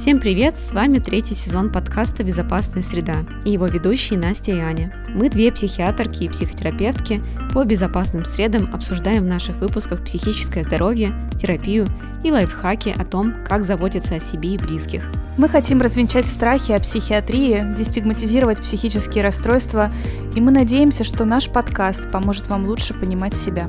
Всем привет! С вами третий сезон подкаста «Безопасная среда» и его ведущие Настя и Аня. Мы две психиатрки и психотерапевтки по безопасным средам обсуждаем в наших выпусках психическое здоровье, терапию и лайфхаки о том, как заботиться о себе и близких. Мы хотим развенчать страхи о психиатрии, дестигматизировать психические расстройства, и мы надеемся, что наш подкаст поможет вам лучше понимать себя.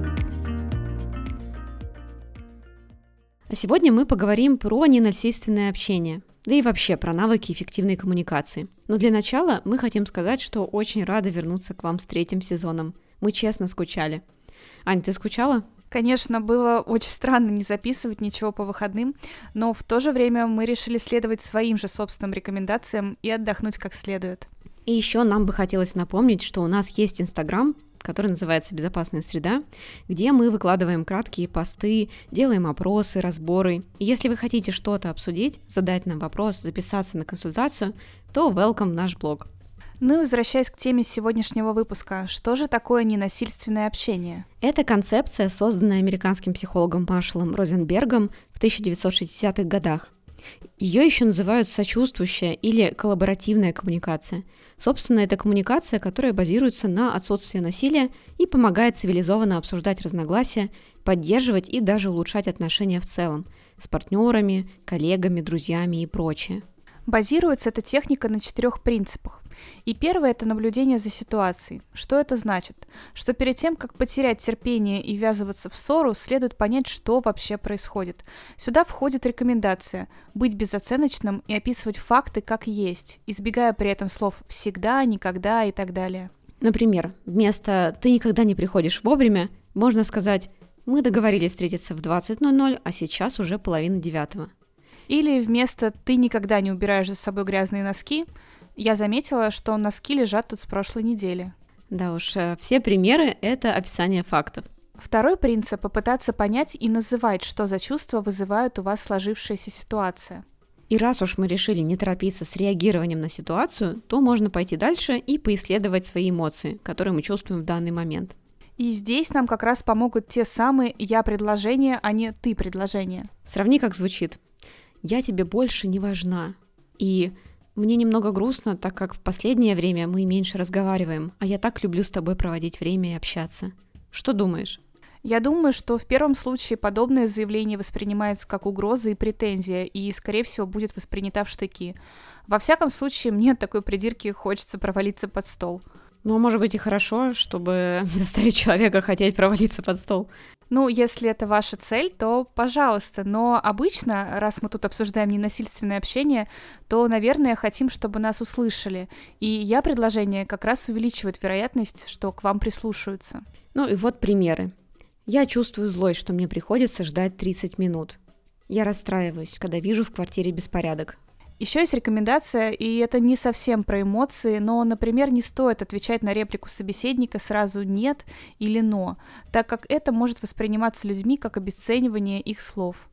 А сегодня мы поговорим про ненасильственное общение, да и вообще про навыки эффективной коммуникации. Но для начала мы хотим сказать, что очень рады вернуться к вам с третьим сезоном. Мы честно скучали. Ань, ты скучала? Конечно, было очень странно не записывать ничего по выходным, но в то же время мы решили следовать своим же собственным рекомендациям и отдохнуть как следует. И еще нам бы хотелось напомнить, что у нас есть Инстаграм, который называется «Безопасная среда», где мы выкладываем краткие посты, делаем опросы, разборы. И если вы хотите что-то обсудить, задать нам вопрос, записаться на консультацию, то welcome в наш блог. Ну и возвращаясь к теме сегодняшнего выпуска, что же такое ненасильственное общение? Это концепция, созданная американским психологом Маршалом Розенбергом в 1960-х годах. Ее еще называют сочувствующая или коллаборативная коммуникация. Собственно, это коммуникация, которая базируется на отсутствии насилия и помогает цивилизованно обсуждать разногласия, поддерживать и даже улучшать отношения в целом с партнерами, коллегами, друзьями и прочее. Базируется эта техника на 4 принципах. И первое – это наблюдение за ситуацией. Что это значит? Что перед тем, как потерять терпение и ввязываться в ссору, следует понять, что вообще происходит. Сюда входит рекомендация быть безоценочным и описывать факты как есть, избегая при этом слов «всегда», «никогда» и так далее. Например, вместо «ты никогда не приходишь вовремя» можно сказать «мы договорились встретиться в 20:00, а сейчас уже 8:30». Или вместо «ты никогда не убираешь за собой грязные носки» я заметила, что носки лежат тут с прошлой недели. Да уж, все примеры — это описание фактов. Второй принцип – попытаться понять и называть, что за чувства вызывает у вас сложившаяся ситуация. И раз уж мы решили не торопиться с реагированием на ситуацию, то можно пойти дальше и поисследовать свои эмоции, которые мы чувствуем в данный момент. И здесь нам как раз помогут те самые «я-предложения», а не «ты-предложения». Сравни, как звучит. «Я тебе больше не важна». И «мне немного грустно, так как в последнее время мы меньше разговариваем, а я так люблю с тобой проводить время и общаться». Что думаешь? Я думаю, что в первом случае подобное заявление воспринимается как угроза и претензия, и, скорее всего, будет воспринята в штыки. Во всяком случае, мне от такой придирки хочется провалиться под стол. Ну, а может быть и хорошо, чтобы заставить человека хотеть провалиться под стол. Ну, если это ваша цель, то пожалуйста. Но обычно, раз мы тут обсуждаем ненасильственное общение, то, наверное, хотим, чтобы нас услышали. И я-предложение как раз увеличивает вероятность, что к вам прислушаются. Ну и вот примеры. Я чувствую злость, что мне приходится ждать 30 минут. Я расстраиваюсь, когда вижу в квартире беспорядок. Еще есть рекомендация, и это не совсем про эмоции, но, например, не стоит отвечать на реплику собеседника сразу «нет» или «но», так как это может восприниматься людьми как обесценивание их слов.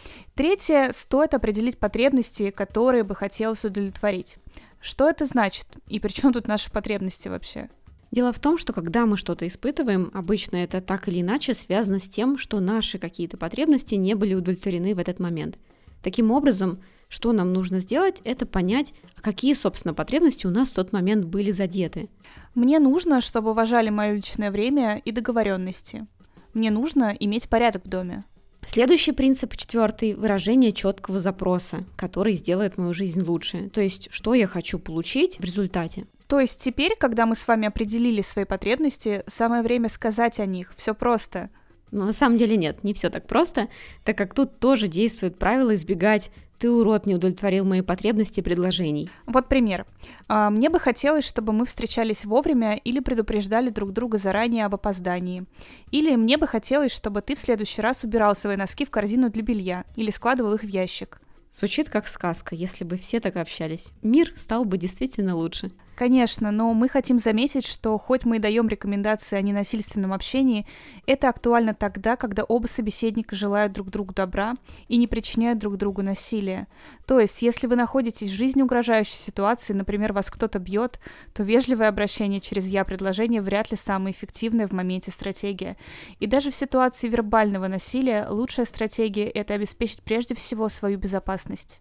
Третье, стоит определить потребности, которые бы хотелось удовлетворить. Что это значит? И при чем тут наши потребности вообще? Дело в том, что когда мы что-то испытываем, обычно это так или иначе связано с тем, что наши какие-то потребности не были удовлетворены в этот момент. Таким образом, что нам нужно сделать, это понять, какие, собственно, потребности у нас в тот момент были задеты. Мне нужно, чтобы уважали мое личное время и договоренности. Мне нужно иметь порядок в доме. Следующий принцип, 4, выражение четкого запроса, который сделает мою жизнь лучше. То есть, что я хочу получить в результате. То есть теперь, когда мы с вами определили свои потребности, самое время сказать о них. Все просто. Но на самом деле нет, не все так просто, так как тут тоже действует правило избегать «ты, урод, не удовлетворил мои потребности» предложений. Вот пример. Мне бы хотелось, чтобы мы встречались вовремя или предупреждали друг друга заранее об опоздании. Или мне бы хотелось, чтобы ты в следующий раз убирал свои носки в корзину для белья или складывал их в ящик. Звучит как сказка, если бы все так общались. Мир стал бы действительно лучше. Конечно, но мы хотим заметить, что хоть мы и даем рекомендации о ненасильственном общении, это актуально тогда, когда оба собеседника желают друг другу добра и не причиняют друг другу насилия. То есть, если вы находитесь в жизни угрожающей ситуации, например, вас кто-то бьет, то вежливое обращение через «я-предложение» вряд ли самая эффективная в моменте стратегия. И даже в ситуации вербального насилия лучшая стратегия – это обеспечить прежде всего свою безопасность.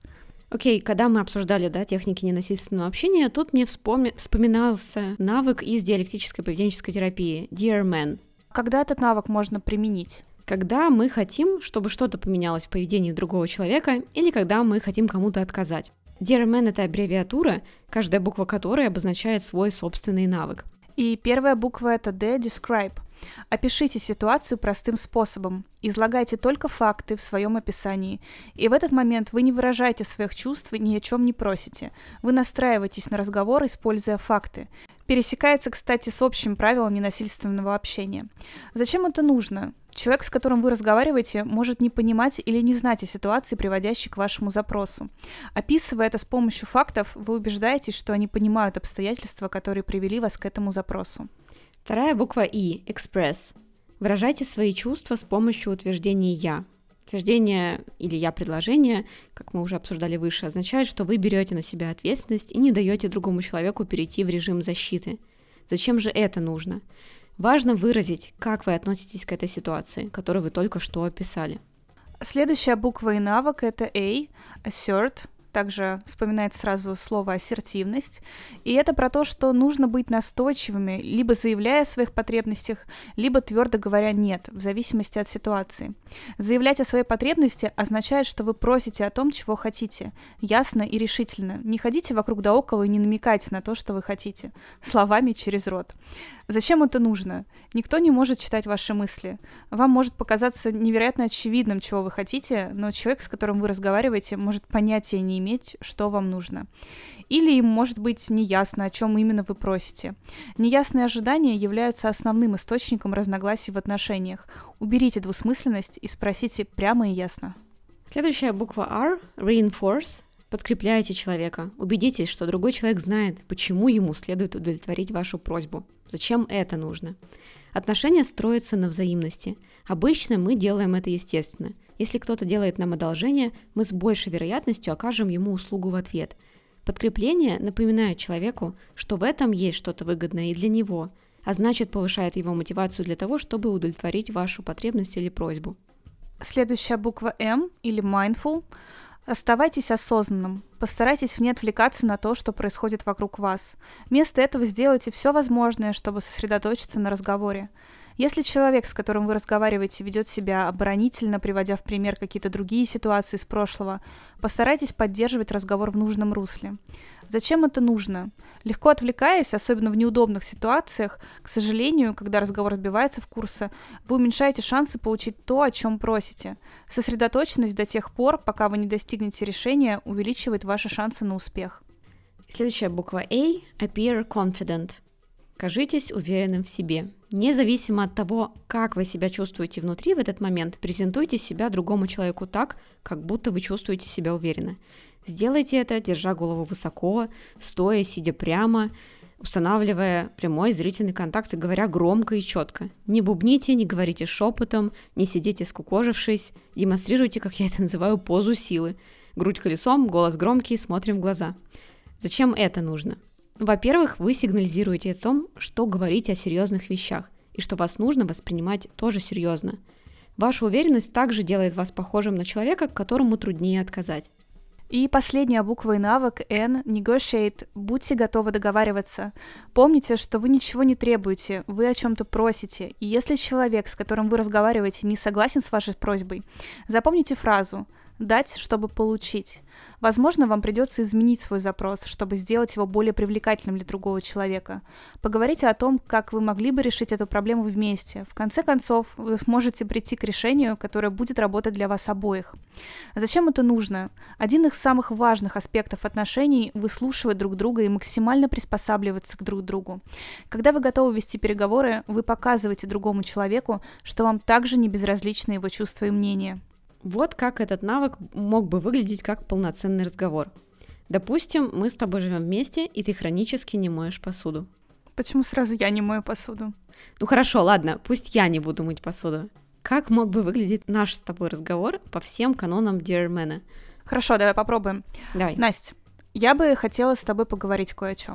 Окей, когда мы обсуждали, техники ненасильственного общения, тут мне вспоминался навык из диалектической поведенческой терапии Dear Man. Когда этот навык можно применить? Когда мы хотим, чтобы что-то поменялось в поведении другого человека, или когда мы хотим кому-то отказать. Dear Man — это аббревиатура, каждая буква которой обозначает свой собственный навык. И первая буква — это D, describe. Опишите ситуацию простым способом. Излагайте только факты в своем описании. И в этот момент вы не выражаете своих чувств и ни о чем не просите. Вы настраиваетесь на разговор, используя факты. Пересекается, кстати, с общим правилом ненасильственного общения. Зачем это нужно? Человек, с которым вы разговариваете, может не понимать или не знать о ситуации, приводящей к вашему запросу. Описывая это с помощью фактов, вы убеждаетесь, что они понимают обстоятельства, которые привели вас к этому запросу. Вторая буква И — express. Выражайте свои чувства с помощью утверждения «я». Утверждение или «я-предложение», как мы уже обсуждали выше, означает, что вы берете на себя ответственность и не даете другому человеку перейти в режим защиты. Зачем же это нужно? Важно выразить, как вы относитесь к этой ситуации, которую вы только что описали. Следующая буква и навык — это A, assert. Также вспоминается сразу слово «ассертивность». И это про то, что нужно быть настойчивыми, либо заявляя о своих потребностях, либо твердо говоря «нет», в зависимости от ситуации. Заявлять о своей потребности означает, что вы просите о том, чего хотите, ясно и решительно. Не ходите вокруг да около и не намекайте на то, что вы хотите, словами через рот. Зачем это нужно? Никто не может читать ваши мысли. Вам может показаться невероятно очевидным, чего вы хотите, но человек, с которым вы разговариваете, может понятия не иметь, что вам нужно. Или им может быть неясно, о чем именно вы просите. Неясные ожидания являются основным источником разногласий в отношениях. Уберите двусмысленность и спросите прямо и ясно. Следующая буква R — reinforce. Подкрепляйте человека. Убедитесь, что другой человек знает, почему ему следует удовлетворить вашу просьбу. Зачем это нужно? Отношения строятся на взаимности. Обычно мы делаем это естественно. Если кто-то делает нам одолжение, мы с большей вероятностью окажем ему услугу в ответ. Подкрепление напоминает человеку, что в этом есть что-то выгодное и для него, а значит повышает его мотивацию для того, чтобы удовлетворить вашу потребность или просьбу. Следующая буква M или mindful. Оставайтесь осознанным. Постарайтесь не отвлекаться на то, что происходит вокруг вас. Вместо этого сделайте все возможное, чтобы сосредоточиться на разговоре. Если человек, с которым вы разговариваете, ведет себя оборонительно, приводя в пример какие-то другие ситуации из прошлого, постарайтесь поддерживать разговор в нужном русле. Зачем это нужно? Легко отвлекаясь, особенно в неудобных ситуациях, к сожалению, когда разговор сбивается в курса, вы уменьшаете шансы получить то, о чем просите. Сосредоточенность до тех пор, пока вы не достигнете решения, увеличивает ваши шансы на успех. Следующая буква A — appear confident. Кажитесь уверенным в себе. Независимо от того, как вы себя чувствуете внутри в этот момент, презентуйте себя другому человеку так, как будто вы чувствуете себя уверенно. Сделайте это, держа голову высоко, стоя, сидя прямо, устанавливая прямой зрительный контакт и говоря громко и четко. Не бубните, не говорите шепотом, не сидите скукожившись, демонстрируйте, как я это называю, позу силы. Грудь колесом, голос громкий, смотрим в глаза. Зачем это нужно? Во-первых, вы сигнализируете о том, что говорите о серьезных вещах, и что вас нужно воспринимать тоже серьезно. Ваша уверенность также делает вас похожим на человека, которому труднее отказать. И последняя буква и навык N — negotiate. Будьте готовы договариваться. Помните, что вы ничего не требуете, вы о чем-то просите. И если человек, с которым вы разговариваете, не согласен с вашей просьбой, запомните фразу «дать, чтобы получить». Возможно, вам придется изменить свой запрос, чтобы сделать его более привлекательным для другого человека. Поговорите о том, как вы могли бы решить эту проблему вместе. В конце концов, вы сможете прийти к решению, которое будет работать для вас обоих. Зачем это нужно? Один из самых важных аспектов отношений — выслушивать друг друга и максимально приспосабливаться к друг другу. Когда вы готовы вести переговоры, вы показываете другому человеку, что вам также не безразличны его чувства и мнения. Вот как этот навык мог бы выглядеть как полноценный разговор. Допустим, мы с тобой живем вместе, и ты хронически не моешь посуду. Почему сразу я не мою посуду? Ну хорошо, ладно, пусть я не буду мыть посуду. Как мог бы выглядеть наш с тобой разговор по всем канонам Dear Man? Хорошо, давай попробуем. Давай. Настя, я бы хотела с тобой поговорить кое о чем.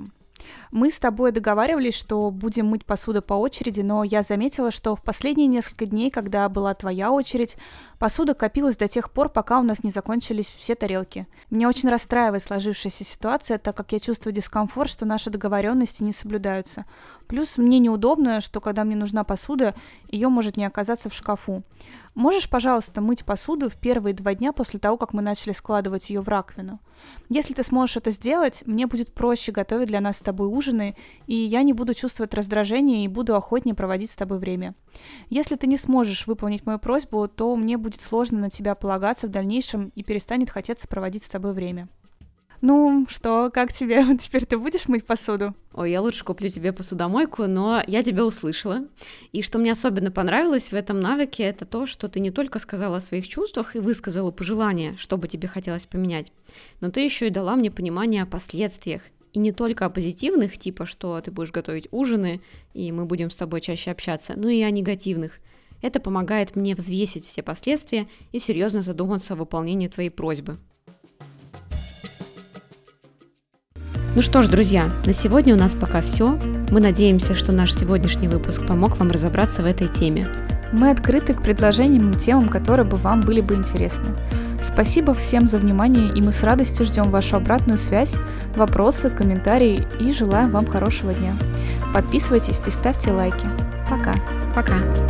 Мы с тобой договаривались, что будем мыть посуду по очереди, но я заметила, что в последние несколько дней, когда была твоя очередь, посуда копилась до тех пор, пока у нас не закончились все тарелки. Меня очень расстраивает сложившаяся ситуация, так как я чувствую дискомфорт, что наши договоренности не соблюдаются. Плюс мне неудобно, что когда мне нужна посуда, ее может не оказаться в шкафу. Можешь, пожалуйста, мыть посуду в первые 2 дня после того, как мы начали складывать ее в раковину? Если ты сможешь это сделать, мне будет проще готовить для нас с тобой ужины, и я не буду чувствовать раздражения и буду охотнее проводить с тобой время. Если ты не сможешь выполнить мою просьбу, то мне будет сложно на тебя полагаться в дальнейшем и перестанет хотеться проводить с тобой время. Ну что, как тебе? Теперь ты будешь мыть посуду? Ой, я лучше куплю тебе посудомойку, но я тебя услышала. И что мне особенно понравилось в этом навыке, это то, что ты не только сказала о своих чувствах и высказала пожелания, что бы тебе хотелось поменять, но ты еще и дала мне понимание о последствиях. И не только о позитивных, типа, что ты будешь готовить ужины, и мы будем с тобой чаще общаться, но и о негативных. Это помогает мне взвесить все последствия и серьезно задуматься о выполнении твоей просьбы. Ну что ж, друзья, на сегодня у нас пока все. Мы надеемся, что наш сегодняшний выпуск помог вам разобраться в этой теме. Мы открыты к предложениям и темам, которые вам были бы интересны. Спасибо всем за внимание, и мы с радостью ждем вашу обратную связь, вопросы, комментарии и желаем вам хорошего дня. Подписывайтесь и ставьте лайки. Пока. Пока.